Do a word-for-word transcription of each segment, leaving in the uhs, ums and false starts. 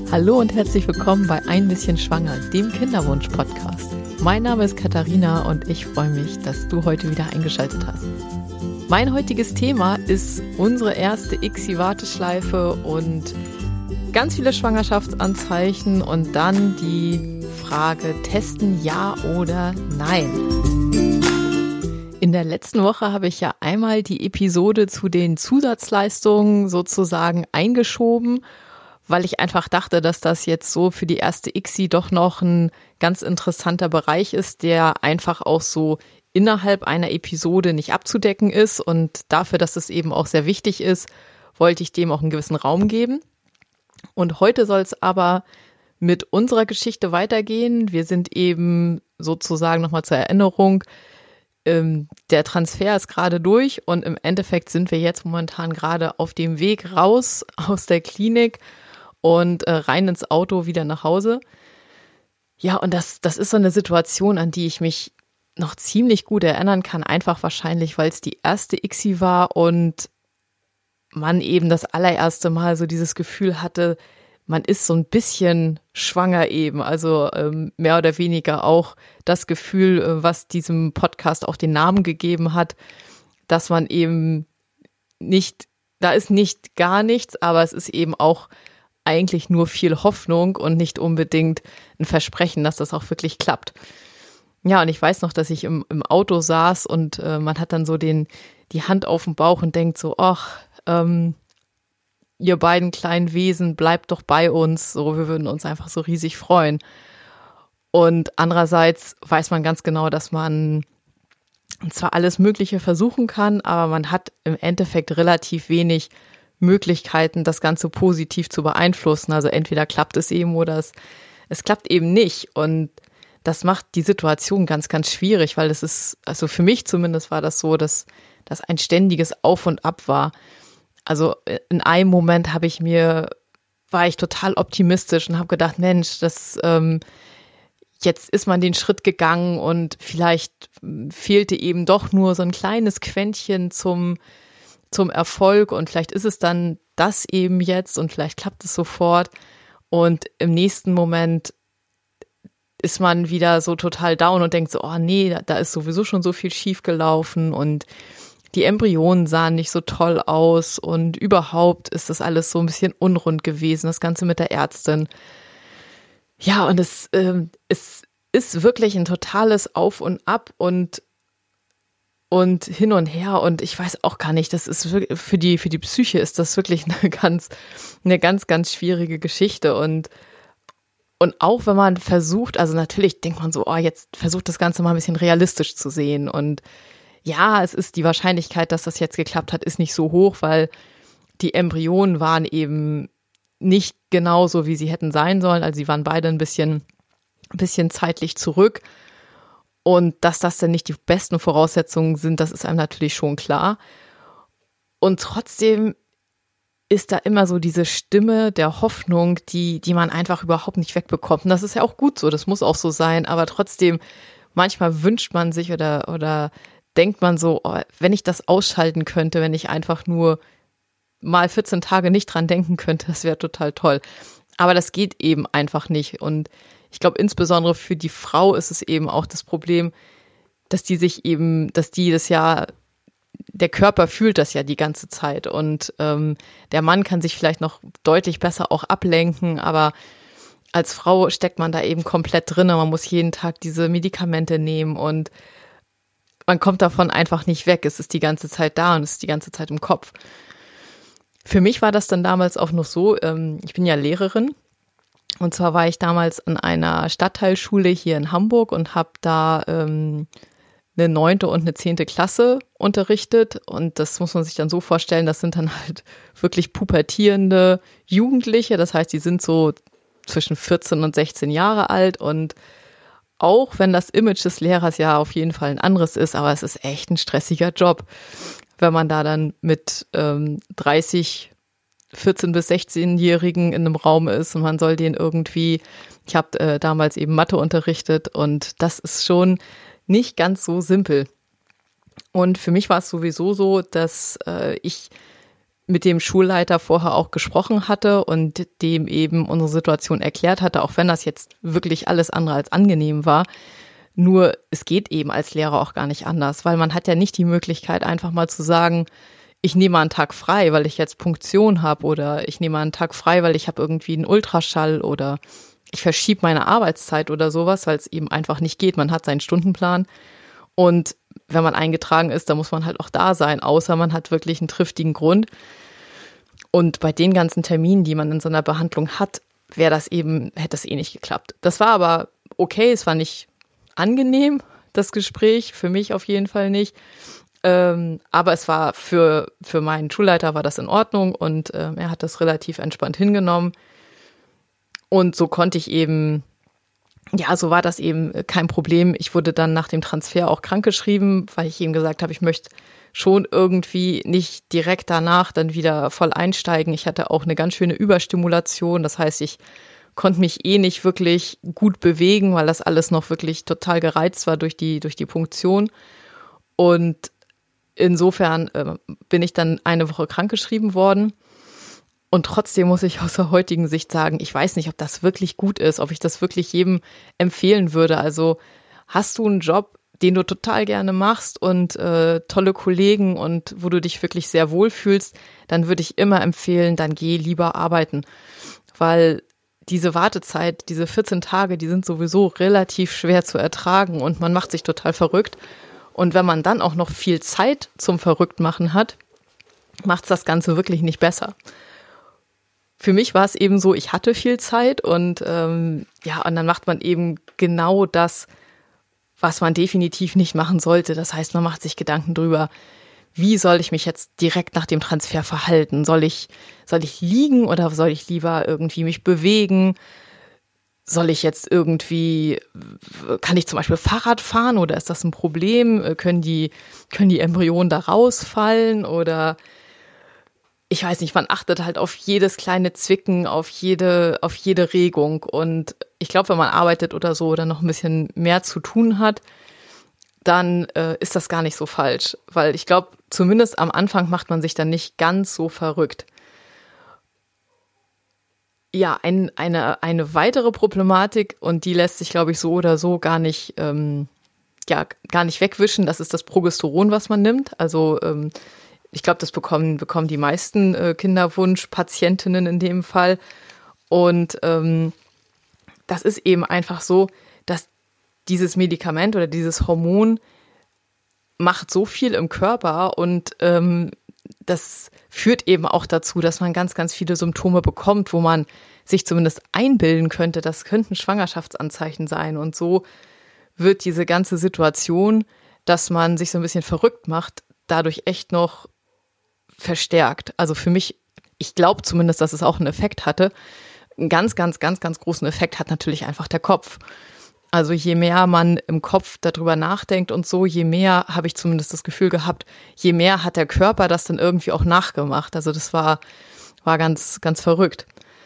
Hallo und herzlich willkommen bei Ein bisschen schwanger, dem Kinderwunsch-Podcast. Mein Name ist Katharina und ich freue mich, dass du heute wieder eingeschaltet hast. Mein heutiges Thema ist unsere erste I C S I-Warteschleife und ganz viele Schwangerschaftsanzeichen und dann die Frage, testen ja oder nein? In der letzten Woche habe ich ja einmal die Episode zu den Zusatzleistungen sozusagen eingeschoben, weil ich einfach dachte, dass das jetzt so für die erste I C S I doch noch ein ganz interessanter Bereich ist, der einfach auch so innerhalb einer Episode nicht abzudecken ist. Und dafür, dass es eben auch sehr wichtig ist, wollte ich dem auch einen gewissen Raum geben. Und heute soll es aber mit unserer Geschichte weitergehen. Wir sind eben sozusagen nochmal zur Erinnerung, ähm, der Transfer ist gerade durch und im Endeffekt sind wir jetzt momentan gerade auf dem Weg raus aus der Klinik und äh, rein ins Auto wieder nach Hause. Ja, und das, das ist so eine Situation, an die ich mich noch ziemlich gut erinnern kann, einfach wahrscheinlich, weil es die erste I C S I war und man eben das allererste Mal so dieses Gefühl hatte, man ist so ein bisschen schwanger eben, also ähm, mehr oder weniger auch das Gefühl, äh, was diesem Podcast auch den Namen gegeben hat, dass man eben nicht, da ist nicht gar nichts, aber es ist eben auch eigentlich nur viel Hoffnung und nicht unbedingt ein Versprechen, dass das auch wirklich klappt. Ja, und ich weiß noch, dass ich im, im Auto saß und äh, man hat dann so den, die Hand auf den Bauch und denkt so, ach, ähm, ihr beiden kleinen Wesen, bleibt doch bei uns, so, wir würden uns einfach so riesig freuen. Und andererseits weiß man ganz genau, dass man zwar alles Mögliche versuchen kann, aber man hat im Endeffekt relativ wenig Möglichkeiten, das Ganze positiv zu beeinflussen. Also entweder klappt es eben oder es, es klappt eben nicht. Und das macht die Situation ganz, ganz schwierig, weil es ist, also für mich zumindest war das so, dass das ein ständiges Auf und Ab war. Also in einem Moment habe ich mir, war ich total optimistisch und habe gedacht, Mensch, das ähm, jetzt ist man den Schritt gegangen und vielleicht fehlte eben doch nur so ein kleines Quäntchen zum zum Erfolg und vielleicht ist es dann das eben jetzt und vielleicht klappt es sofort und im nächsten Moment ist man wieder so total down und denkt so, oh nee, da, da ist sowieso schon so viel schief gelaufen und die Embryonen sahen nicht so toll aus und überhaupt ist das alles so ein bisschen unrund gewesen, das Ganze mit der Ärztin. Ja, und es, äh, es ist wirklich ein totales Auf und Ab und Und hin und her und ich weiß auch gar nicht, das ist wirklich, für die, für die Psyche ist das wirklich eine ganz, eine ganz, ganz schwierige Geschichte und, und auch wenn man versucht, also natürlich denkt man so, oh, jetzt versucht das Ganze mal ein bisschen realistisch zu sehen und ja, es ist die Wahrscheinlichkeit, dass das jetzt geklappt hat, ist nicht so hoch, weil die Embryonen waren eben nicht genauso, wie sie hätten sein sollen, also sie waren beide ein bisschen, ein bisschen zeitlich zurück. Und dass das dann nicht die besten Voraussetzungen sind, das ist einem natürlich schon klar. Und trotzdem ist da immer so diese Stimme der Hoffnung, die, die man einfach überhaupt nicht wegbekommt. Und das ist ja auch gut so, das muss auch so sein. Aber trotzdem, manchmal wünscht man sich oder, oder denkt man so, oh, wenn ich das ausschalten könnte, wenn ich einfach nur mal vierzehn Tage nicht dran denken könnte, das wäre total toll. Aber das geht eben einfach nicht. Und ich glaube, insbesondere für die Frau ist es eben auch das Problem, dass die sich eben, dass die das ja, der Körper fühlt das ja die ganze Zeit und ähm, der Mann kann sich vielleicht noch deutlich besser auch ablenken, aber als Frau steckt man da eben komplett drin. Man muss jeden Tag diese Medikamente nehmen und man kommt davon einfach nicht weg. Es ist die ganze Zeit da und es ist die ganze Zeit im Kopf. Für mich war das dann damals auch noch so, ähm, ich bin ja Lehrerin. Und zwar war ich damals an einer Stadtteilschule hier in Hamburg und habe da ähm, eine neunte und eine zehnte Klasse unterrichtet. Und das muss man sich dann so vorstellen, das sind dann halt wirklich pubertierende Jugendliche. Das heißt, die sind so zwischen vierzehn und sechzehn Jahre alt. Und auch wenn das Image des Lehrers ja auf jeden Fall ein anderes ist, aber es ist echt ein stressiger Job, wenn man da dann mit ähm, dreißig vierzehn- bis sechzehnjährigen in einem Raum ist und man soll den irgendwie, ich habe äh, damals eben Mathe unterrichtet und das ist schon nicht ganz so simpel. Und für mich war es sowieso so, dass äh, ich mit dem Schulleiter vorher auch gesprochen hatte und dem eben unsere Situation erklärt hatte, auch wenn das jetzt wirklich alles andere als angenehm war. Nur es geht eben als Lehrer auch gar nicht anders, weil man hat ja nicht die Möglichkeit, einfach mal zu sagen, ich nehme mal einen Tag frei, weil ich jetzt Punktion habe, oder ich nehme mal einen Tag frei, weil ich habe irgendwie einen Ultraschall, oder ich verschiebe meine Arbeitszeit oder sowas, weil es eben einfach nicht geht. Man hat seinen Stundenplan und wenn man eingetragen ist, dann muss man halt auch da sein, außer man hat wirklich einen triftigen Grund. Und bei den ganzen Terminen, die man in so einer Behandlung hat, wäre das eben, hätte das eh nicht geklappt. Das war aber okay, es war nicht angenehm, das Gespräch, für mich auf jeden Fall nicht. Ähm, aber es war für, für meinen Schulleiter war das in Ordnung und ähm, er hat das relativ entspannt hingenommen. Und so konnte ich eben, ja, so war das eben kein Problem. Ich wurde dann nach dem Transfer auch krankgeschrieben, weil ich ihm gesagt habe, ich möchte schon irgendwie nicht direkt danach dann wieder voll einsteigen. Ich hatte auch eine ganz schöne Überstimulation. Das heißt, ich konnte mich eh nicht wirklich gut bewegen, weil das alles noch wirklich total gereizt war durch die, durch die Punktion. Und insofern äh, bin ich dann eine Woche krankgeschrieben worden. Und trotzdem muss ich aus der heutigen Sicht sagen, ich weiß nicht, ob das wirklich gut ist, ob ich das wirklich jedem empfehlen würde. Also hast du einen Job, den du total gerne machst und äh, tolle Kollegen und wo du dich wirklich sehr wohlfühlst, dann würde ich immer empfehlen, dann geh lieber arbeiten. Weil diese Wartezeit, diese vierzehn Tage, die sind sowieso relativ schwer zu ertragen und man macht sich total verrückt. Und wenn man dann auch noch viel Zeit zum Verrücktmachen hat, macht es das Ganze wirklich nicht besser. Für mich war es eben so, ich hatte viel Zeit und ähm, ja, und dann macht man eben genau das, was man definitiv nicht machen sollte. Das heißt, man macht sich Gedanken drüber, wie soll ich mich jetzt direkt nach dem Transfer verhalten? Soll ich, soll ich liegen oder soll ich lieber irgendwie mich bewegen? Soll ich jetzt irgendwie, kann ich zum Beispiel Fahrrad fahren oder ist das ein Problem? Können die, können die Embryonen da rausfallen oder ich weiß nicht, man achtet halt auf jedes kleine Zwicken, auf jede, auf jede Regung. Und ich glaube, wenn man arbeitet oder so oder noch ein bisschen mehr zu tun hat, dann äh, ist das gar nicht so falsch. Weil ich glaube, zumindest am Anfang macht man sich dann nicht ganz so verrückt. Ja, ein, eine, eine weitere Problematik, und die lässt sich, glaube ich, so oder so gar nicht, ähm, ja, gar nicht wegwischen, das ist das Progesteron, was man nimmt. Also ähm, ich glaube, das bekommen, bekommen die meisten äh, Kinderwunschpatientinnen in dem Fall. Und ähm, das ist eben einfach so, dass dieses Medikament oder dieses Hormon macht so viel im Körper und ähm, das führt eben auch dazu, dass man ganz, ganz viele Symptome bekommt, wo man sich zumindest einbilden könnte, das könnten Schwangerschaftsanzeichen sein. Und so wird diese ganze Situation, dass man sich so ein bisschen verrückt macht, dadurch echt noch verstärkt. Also für mich, ich glaube zumindest, dass es auch einen Effekt hatte. Einen ganz, ganz, ganz, ganz großen Effekt hat natürlich einfach der Kopf. Also je mehr man im Kopf darüber nachdenkt und so, je mehr, habe ich zumindest das Gefühl gehabt, je mehr hat der Körper das dann irgendwie auch nachgemacht. Also das war, war ganz, ganz verrückt.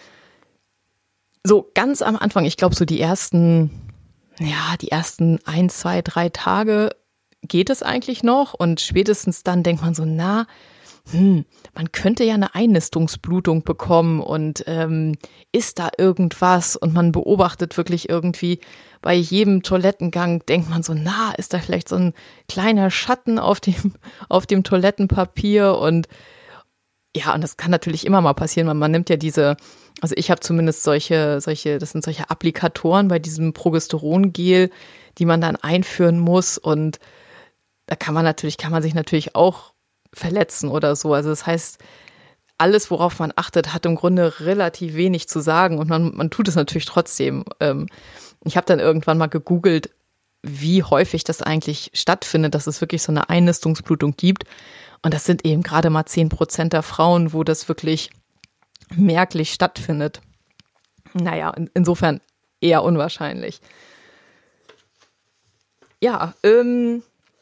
So ganz am Anfang, ich glaube so die ersten, ja, die ersten ein, zwei, drei Tage geht es eigentlich noch und spätestens dann denkt man so, na, hm, man könnte ja eine Einnistungsblutung bekommen und ähm, ist da irgendwas? Und man beobachtet wirklich irgendwie bei jedem Toilettengang, denkt man so, na, ist da vielleicht so ein kleiner Schatten auf dem, auf dem Toilettenpapier? Und ja, und das kann natürlich immer mal passieren, weil man nimmt ja diese, also ich habe zumindest solche, solche, das sind solche Applikatoren bei diesem Progesterongel, die man dann einführen muss und da kann man natürlich, kann man sich natürlich auch verletzen oder so. Also das heißt, alles, worauf man achtet, hat im Grunde relativ wenig zu sagen und man, man tut es natürlich trotzdem. Ähm, ich habe dann irgendwann mal gegoogelt, wie häufig das eigentlich stattfindet, dass es wirklich so eine Einnistungsblutung gibt. Und das sind eben gerade mal zehn Prozent der Frauen, wo das wirklich merklich stattfindet. Naja, in, insofern eher unwahrscheinlich. Ja, ähm,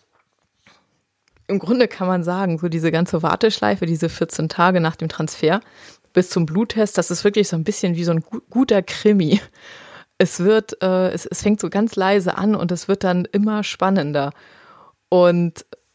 im Grunde kann man sagen, so diese ganze Warteschleife, diese vierzehn Tage nach dem Transfer bis zum Bluttest, das ist wirklich so ein bisschen wie so ein gu- guter Krimi. Es wird, äh, es, es fängt so ganz leise an und es wird dann immer spannender. Und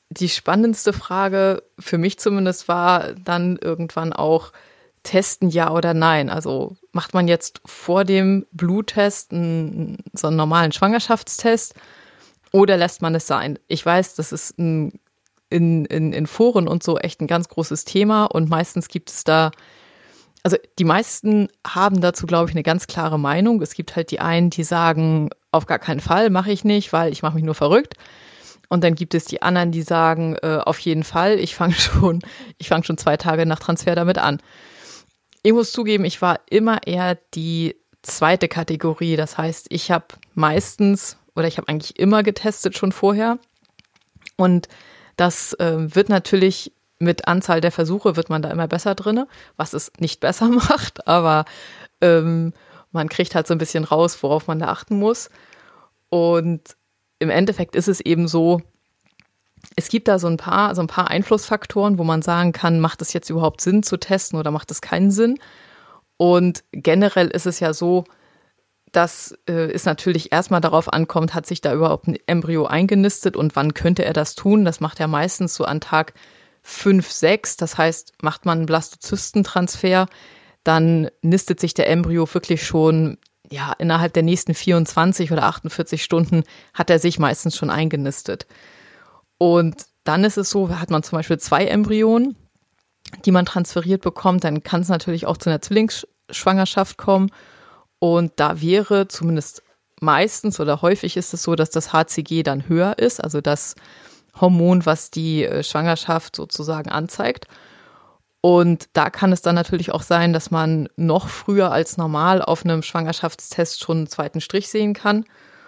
die spannendste Frage für mich zumindest war dann irgendwann auch, testen ja oder nein? Also macht man jetzt vor dem Bluttest einen, so einen normalen Schwangerschaftstest oder lässt man es sein? Ich weiß, das ist ein, in, in, in Foren und so echt ein ganz großes Thema und meistens gibt es da, also die meisten haben dazu, glaube ich, eine ganz klare Meinung. Es gibt halt die einen, die sagen, auf gar keinen Fall, mache ich nicht, weil ich mache mich nur verrückt. Und dann gibt es die anderen, die sagen, äh, auf jeden Fall, ich fange schon, ich fange schon zwei Tage nach Transfer damit an. Ich muss zugeben, ich war immer eher die zweite Kategorie. Das heißt, ich habe meistens oder ich habe eigentlich immer getestet schon vorher. Und das äh, wird natürlich mit Anzahl der Versuche wird man da immer besser drin, was es nicht besser macht, aber ähm, man kriegt halt so ein bisschen raus, worauf man da achten muss. Und im Endeffekt ist es eben so, es gibt da so ein paar, so ein paar Einflussfaktoren, wo man sagen kann, macht es jetzt überhaupt Sinn zu testen oder macht es keinen Sinn? Und generell ist es ja so, dass äh, es natürlich erstmal darauf ankommt, hat sich da überhaupt ein Embryo eingenistet und wann könnte er das tun? Das macht er meistens so an Tag fünf, sechs. Das heißt, macht man einen Blastozystentransfer, dann nistet sich der Embryo wirklich schon, ja, innerhalb der nächsten vierundzwanzig oder achtundvierzig Stunden hat er sich meistens schon eingenistet. Und dann ist es so, hat man zum Beispiel zwei Embryonen, die man transferiert bekommt, dann kann es natürlich auch zu einer Zwillingsschwangerschaft kommen. Und da wäre zumindest meistens oder häufig ist es so, dass das H C G dann höher ist, also das Hormon, was die Schwangerschaft sozusagen anzeigt. Und da kann es dann natürlich auch sein, dass man noch früher als normal auf einem Schwangerschaftstest schon einen zweiten Strich sehen kann.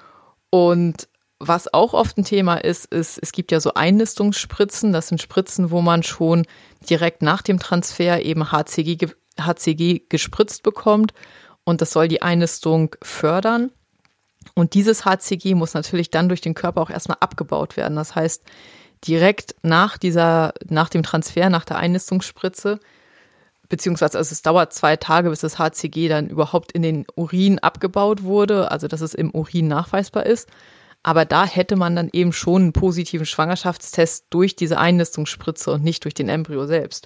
Und was auch oft ein Thema ist, ist, es gibt ja so Einnistungsspritzen. Das sind Spritzen, wo man schon direkt nach dem Transfer eben H C G, H C G gespritzt bekommt. Und das soll die Einnistung fördern. Und dieses H C G muss natürlich dann durch den Körper auch erstmal abgebaut werden. Das heißt, direkt nach dieser, nach dem Transfer, nach der Einnistungsspritze, beziehungsweise also es dauert zwei Tage, bis das H C G dann überhaupt in den Urin abgebaut wurde, also dass es im Urin nachweisbar ist. Aber da hätte man dann eben schon einen positiven Schwangerschaftstest durch diese Einnistungsspritze und nicht durch den Embryo selbst.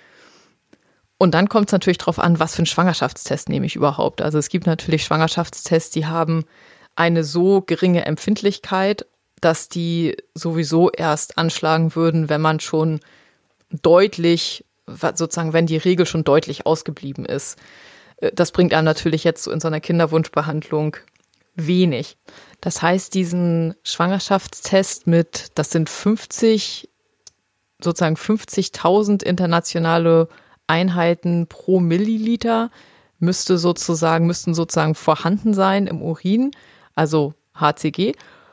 Und dann kommt es natürlich darauf an, was für einen Schwangerschaftstest nehme ich überhaupt. Also es gibt natürlich Schwangerschaftstests, die haben eine so geringe Empfindlichkeit, dass die sowieso erst anschlagen würden, wenn man schon deutlich, sozusagen, wenn die Regel schon deutlich ausgeblieben ist. Das bringt einem natürlich jetzt so in so einer Kinderwunschbehandlung wenig. Das heißt, diesen Schwangerschaftstest mit, das sind fünfzig, sozusagen fünfzigtausend internationale Einheiten pro Milliliter, müsste sozusagen, müssten sozusagen vorhanden sein im Urin, also H C G.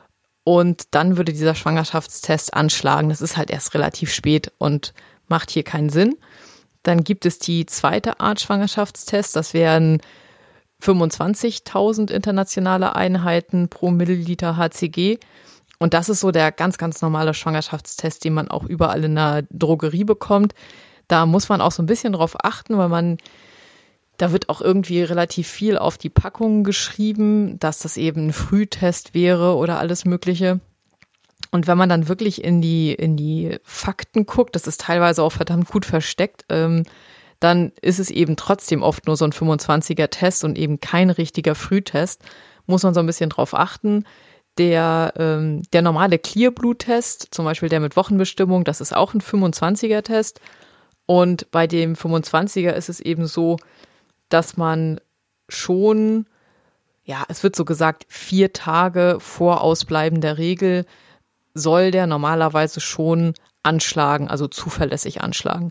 Und dann würde dieser Schwangerschaftstest anschlagen. Das ist halt erst relativ spät und macht hier keinen Sinn. Dann gibt es die zweite Art Schwangerschaftstest. Das wären fünfundzwanzigtausend internationale Einheiten pro Milliliter H C G. Und das ist so der ganz, ganz normale Schwangerschaftstest, den man auch überall in der Drogerie bekommt. Da muss man auch so ein bisschen drauf achten, weil man, da wird auch irgendwie relativ viel auf die Packungen geschrieben, dass das eben ein Frühtest wäre oder alles Mögliche. Und wenn man dann wirklich in die, in die Fakten guckt, das ist teilweise auch verdammt gut versteckt, ähm, dann ist es eben trotzdem oft nur so ein fünfundzwanziger Test und eben kein richtiger Frühtest. Muss man so ein bisschen drauf achten. Der, ähm, der normale Clear-Blut-Test, zum Beispiel der mit Wochenbestimmung, das ist auch ein fünfundzwanziger Test. Und bei dem fünfundzwanziger ist es eben so, dass man schon, ja, es wird so gesagt, vier Tage vor Ausbleiben der Regel soll der normalerweise schon anschlagen, also zuverlässig anschlagen.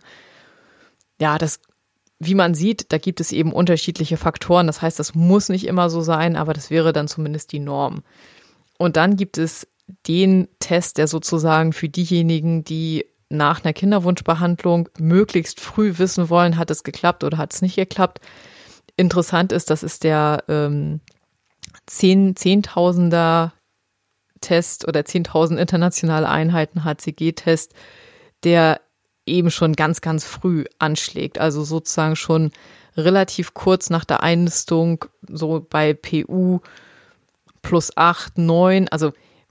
Ja, das, wie man sieht, da gibt es eben unterschiedliche Faktoren. Das heißt, das muss nicht immer so sein, aber das wäre dann zumindest die Norm. Und dann gibt es den Test, der sozusagen für diejenigen, die nach einer Kinderwunschbehandlung möglichst früh wissen wollen, hat es geklappt oder hat es nicht geklappt. Interessant ist, das ist der ähm, zehn, Zehntausender Test oder zehntausend internationale Einheiten H C G-Test, der eben schon ganz, ganz früh anschlägt. Also sozusagen schon relativ kurz nach der Einnistung, so bei P U plus acht, neun, also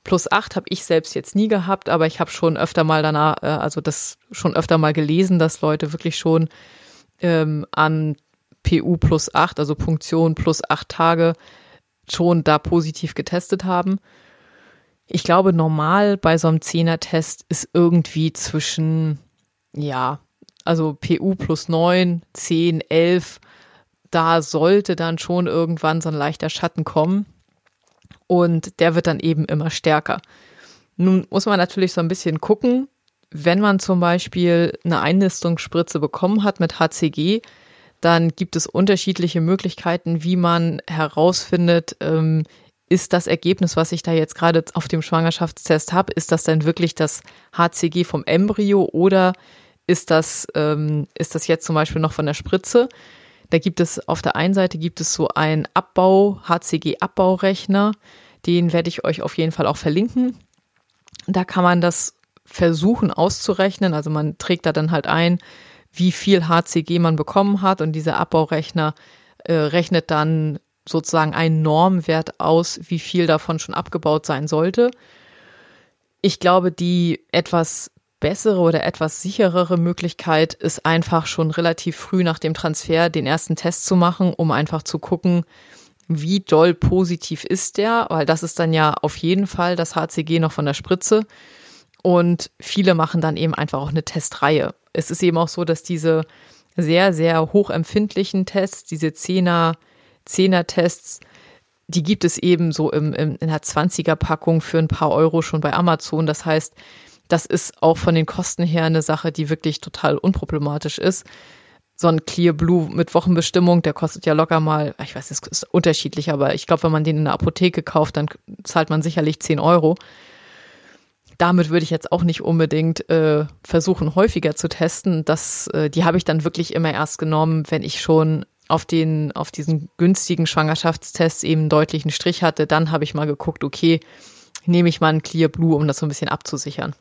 plus acht habe ich selbst jetzt nie gehabt, aber ich habe schon öfter mal danach, äh, also das schon öfter mal gelesen, dass Leute wirklich schon ähm, an P U plus acht, also Punktion plus acht Tage, schon da positiv getestet haben. Ich glaube, normal bei so einem Zehner-Test ist irgendwie zwischen, ja, also P U plus neun, zehn, elf, da sollte dann schon irgendwann so ein leichter Schatten kommen und der wird dann eben immer stärker. Nun muss man natürlich so ein bisschen gucken, wenn man zum Beispiel eine Einnistungsspritze bekommen hat mit H C G, dann gibt es unterschiedliche Möglichkeiten, wie man herausfindet, ähm, ist das Ergebnis, was ich da jetzt gerade auf dem Schwangerschaftstest habe, ist das denn wirklich das H C G vom Embryo oder ist das, ähm, ist das jetzt zum Beispiel noch von der Spritze? Da gibt es auf der einen Seite gibt es so einen Abbau, H C G-Abbaurechner, den werde ich euch auf jeden Fall auch verlinken. Da kann man das versuchen auszurechnen, also man trägt da dann halt ein, wie viel H C G man bekommen hat und dieser Abbaurechner äh, rechnet dann sozusagen einen Normwert aus, wie viel davon schon abgebaut sein sollte. Ich glaube, die etwas bessere oder etwas sicherere Möglichkeit ist einfach schon relativ früh nach dem Transfer den ersten Test zu machen, um einfach zu gucken, wie doll positiv ist der, weil das ist dann ja auf jeden Fall das H C G noch von der Spritze und viele machen dann eben einfach auch eine Testreihe. Es ist eben auch so, dass diese sehr, sehr hochempfindlichen Tests, diese Zehner, Zehner-Tests, die gibt es eben so im, im, in einer zwanziger-Packung für ein paar Euro schon bei Amazon. Das heißt, das ist auch von den Kosten her eine Sache, die wirklich total unproblematisch ist. So ein Clear Blue mit Wochenbestimmung, der kostet ja locker mal, ich weiß, es ist unterschiedlich, aber ich glaube, wenn man den in der Apotheke kauft, dann zahlt man sicherlich zehn Euro. Damit würde ich jetzt auch nicht unbedingt äh, versuchen, häufiger zu testen. Das, äh, die habe ich dann wirklich immer erst genommen, wenn ich schon auf den, auf diesen günstigen Schwangerschaftstests eben einen deutlichen Strich hatte. Dann habe ich mal geguckt, okay, nehme ich mal einen Clear Blue, um das so ein bisschen abzusichern.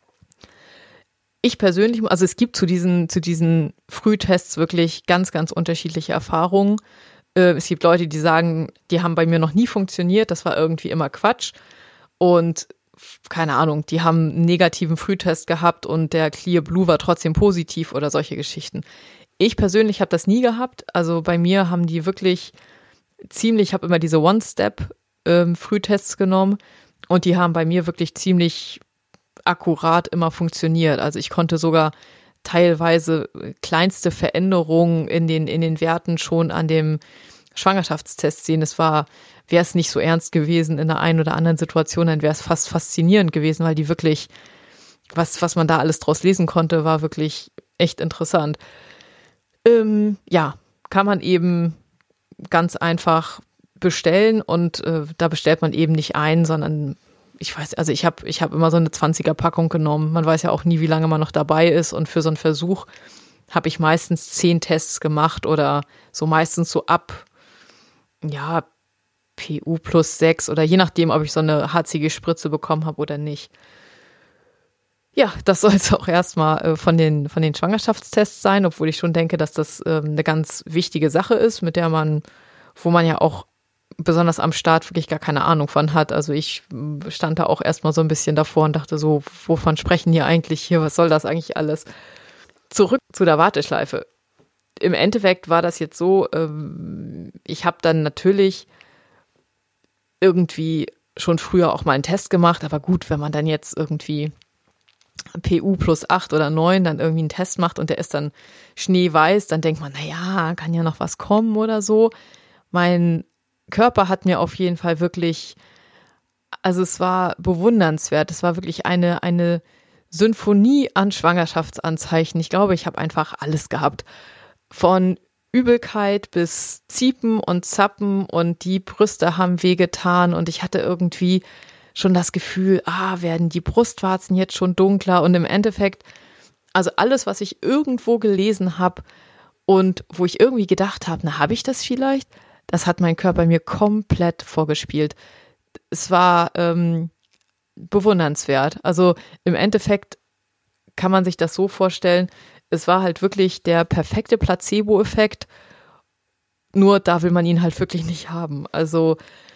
Ich persönlich, also es gibt zu diesen, zu diesen Frühtests wirklich ganz, ganz unterschiedliche Erfahrungen. Äh, es gibt Leute, die sagen, die haben bei mir noch nie funktioniert, das war irgendwie immer Quatsch. Und keine Ahnung, die haben einen negativen Frühtest gehabt und der Clear Blue war trotzdem positiv oder solche Geschichten. Ich persönlich habe das nie gehabt. Also bei mir haben die wirklich ziemlich, ich habe immer diese One-Step-Frühtests ähm, genommen und die haben bei mir wirklich ziemlich akkurat immer funktioniert. Also ich konnte sogar teilweise kleinste Veränderungen in den, in den Werten schon an dem Schwangerschaftstest sehen. Es war, wäre es nicht so ernst gewesen in der einen oder anderen Situation, dann wäre es fast faszinierend gewesen, weil die wirklich, was, was man da alles draus lesen konnte, war wirklich echt interessant. Ähm, ja, kann man eben ganz einfach bestellen und äh, da bestellt man eben nicht ein, sondern ich weiß, also ich habe ich hab immer so eine zwanziger-Packung genommen. Man weiß ja auch nie, wie lange man noch dabei ist und für so einen Versuch habe ich meistens zehn Tests gemacht oder so meistens so ab, ja, P U plus sechs oder je nachdem, ob ich so eine H C G-Spritze bekommen habe oder nicht. Ja, das soll es auch erstmal äh, von den, von den Schwangerschaftstests sein, obwohl ich schon denke, dass das äh, eine ganz wichtige Sache ist, mit der man, wo man ja auch besonders am Start wirklich gar keine Ahnung von hat. Also ich stand da auch erstmal so ein bisschen davor und dachte so, wovon sprechen die eigentlich hier? Was soll das eigentlich alles? Zurück zu der Warteschleife. Im Endeffekt war das jetzt so, ähm, ich habe dann natürlich irgendwie schon früher auch mal einen Test gemacht, aber gut, wenn man dann jetzt irgendwie P U plus acht oder neun dann irgendwie einen Test macht und der ist dann schneeweiß, dann denkt man, naja, kann ja noch was kommen oder so. Mein Körper hat mir auf jeden Fall wirklich, also es war bewundernswert, es war wirklich eine, eine Symphonie an Schwangerschaftsanzeichen. Ich glaube, ich habe einfach alles gehabt. Von Übelkeit bis Ziepen und Zappen und die Brüste haben wehgetan und ich hatte irgendwie schon das Gefühl, ah, werden die Brustwarzen jetzt schon dunkler und im Endeffekt, also alles, was ich irgendwo gelesen habe und wo ich irgendwie gedacht habe, na, habe ich das vielleicht? Das hat mein Körper mir komplett vorgespielt. Es war ähm, bewundernswert. Also im Endeffekt kann man sich das so vorstellen, es war halt wirklich der perfekte Placebo-Effekt, nur da will man ihn halt wirklich nicht haben. Also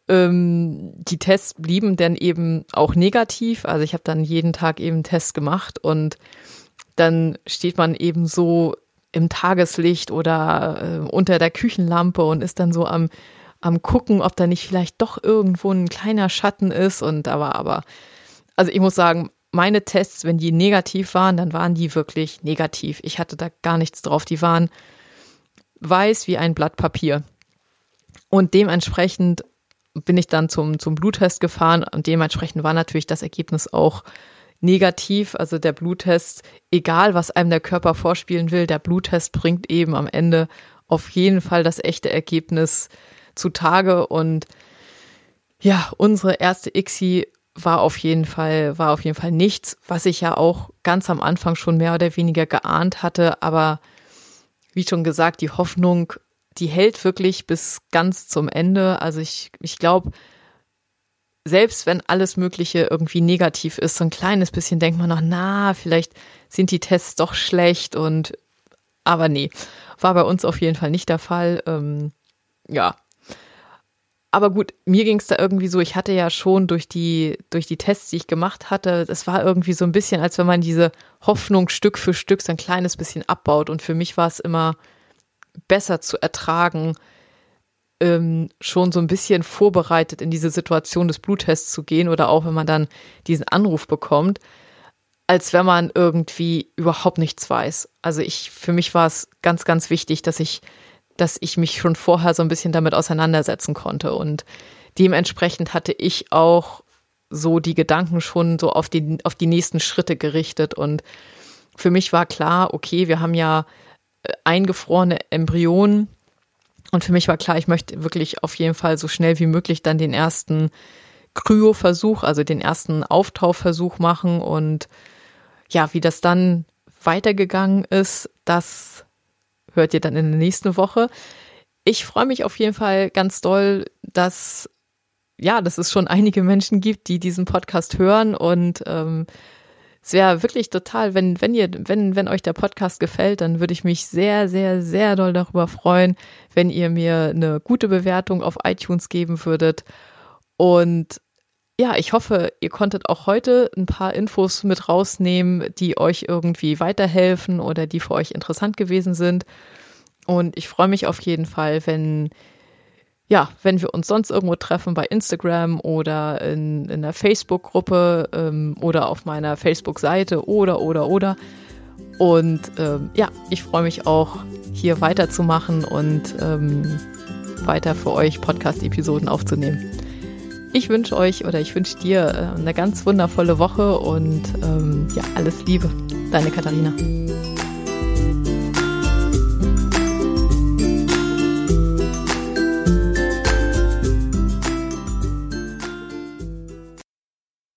Ähm, die Tests blieben dann eben auch negativ. Also ich habe dann jeden Tag eben einen Test gemacht und dann steht man eben so im Tageslicht oder äh, unter der Küchenlampe und ist dann so am, am gucken, ob da nicht vielleicht doch irgendwo ein kleiner Schatten ist. Und da war aber, also ich muss sagen, meine Tests, wenn die negativ waren, dann waren die wirklich negativ. Ich hatte da gar nichts drauf. Die waren weiß wie ein Blatt Papier. Und dementsprechend bin ich dann zum, zum Bluttest gefahren und dementsprechend war natürlich das Ergebnis auch negativ. Also der Bluttest, egal was einem der Körper vorspielen will, der Bluttest bringt eben am Ende auf jeden Fall das echte Ergebnis zutage. Und ja, unsere erste I C S I war auf jeden Fall, war auf jeden Fall nichts, was ich ja auch ganz am Anfang schon mehr oder weniger geahnt hatte. Aber wie schon gesagt, die Hoffnung, die hält wirklich bis ganz zum Ende. Also ich, ich glaube, selbst wenn alles Mögliche irgendwie negativ ist, so ein kleines bisschen denkt man noch, na, vielleicht sind die Tests doch schlecht und, aber nee, war bei uns auf jeden Fall nicht der Fall. Ähm, ja. Aber gut, mir ging es da irgendwie so, ich hatte ja schon durch die, durch die Tests, die ich gemacht hatte, es war irgendwie so ein bisschen, als wenn man diese Hoffnung Stück für Stück so ein kleines bisschen abbaut. Und für mich war es immer besser zu ertragen, ähm, schon so ein bisschen vorbereitet in diese Situation des Bluttests zu gehen oder auch wenn man dann diesen Anruf bekommt, als wenn man irgendwie überhaupt nichts weiß. Also ich, für mich war es ganz, ganz wichtig, dass ich, dass ich mich schon vorher so ein bisschen damit auseinandersetzen konnte und dementsprechend hatte ich auch so die Gedanken schon so auf die, auf die nächsten Schritte gerichtet und für mich war klar, okay, wir haben ja eingefrorene Embryonen und für mich war klar, ich möchte wirklich auf jeden Fall so schnell wie möglich dann den ersten Kryoversuch, also den ersten Auftauversuch machen und ja, wie das dann weitergegangen ist, das hört ihr dann in der nächsten Woche. Ich freue mich auf jeden Fall ganz doll, dass ja, dass es schon einige Menschen gibt, die diesen Podcast hören und ähm, es wäre wirklich total, wenn, wenn ihr, wenn, wenn euch der Podcast gefällt, dann würde ich mich sehr, sehr, sehr doll darüber freuen, wenn ihr mir eine gute Bewertung auf iTunes geben würdet. Und ja, ich hoffe, ihr konntet auch heute ein paar Infos mit rausnehmen, die euch irgendwie weiterhelfen oder die für euch interessant gewesen sind. Und ich freue mich auf jeden Fall, wenn Ja, wenn wir uns sonst irgendwo treffen bei Instagram oder in, in der Facebook-Gruppe ähm, oder auf meiner Facebook-Seite oder, oder, oder. Und ähm, ja, ich freue mich auch, hier weiterzumachen und ähm, weiter für euch Podcast-Episoden aufzunehmen. Ich wünsche euch oder ich wünsche dir äh, eine ganz wundervolle Woche und ähm, ja, alles Liebe. Deine Katharina.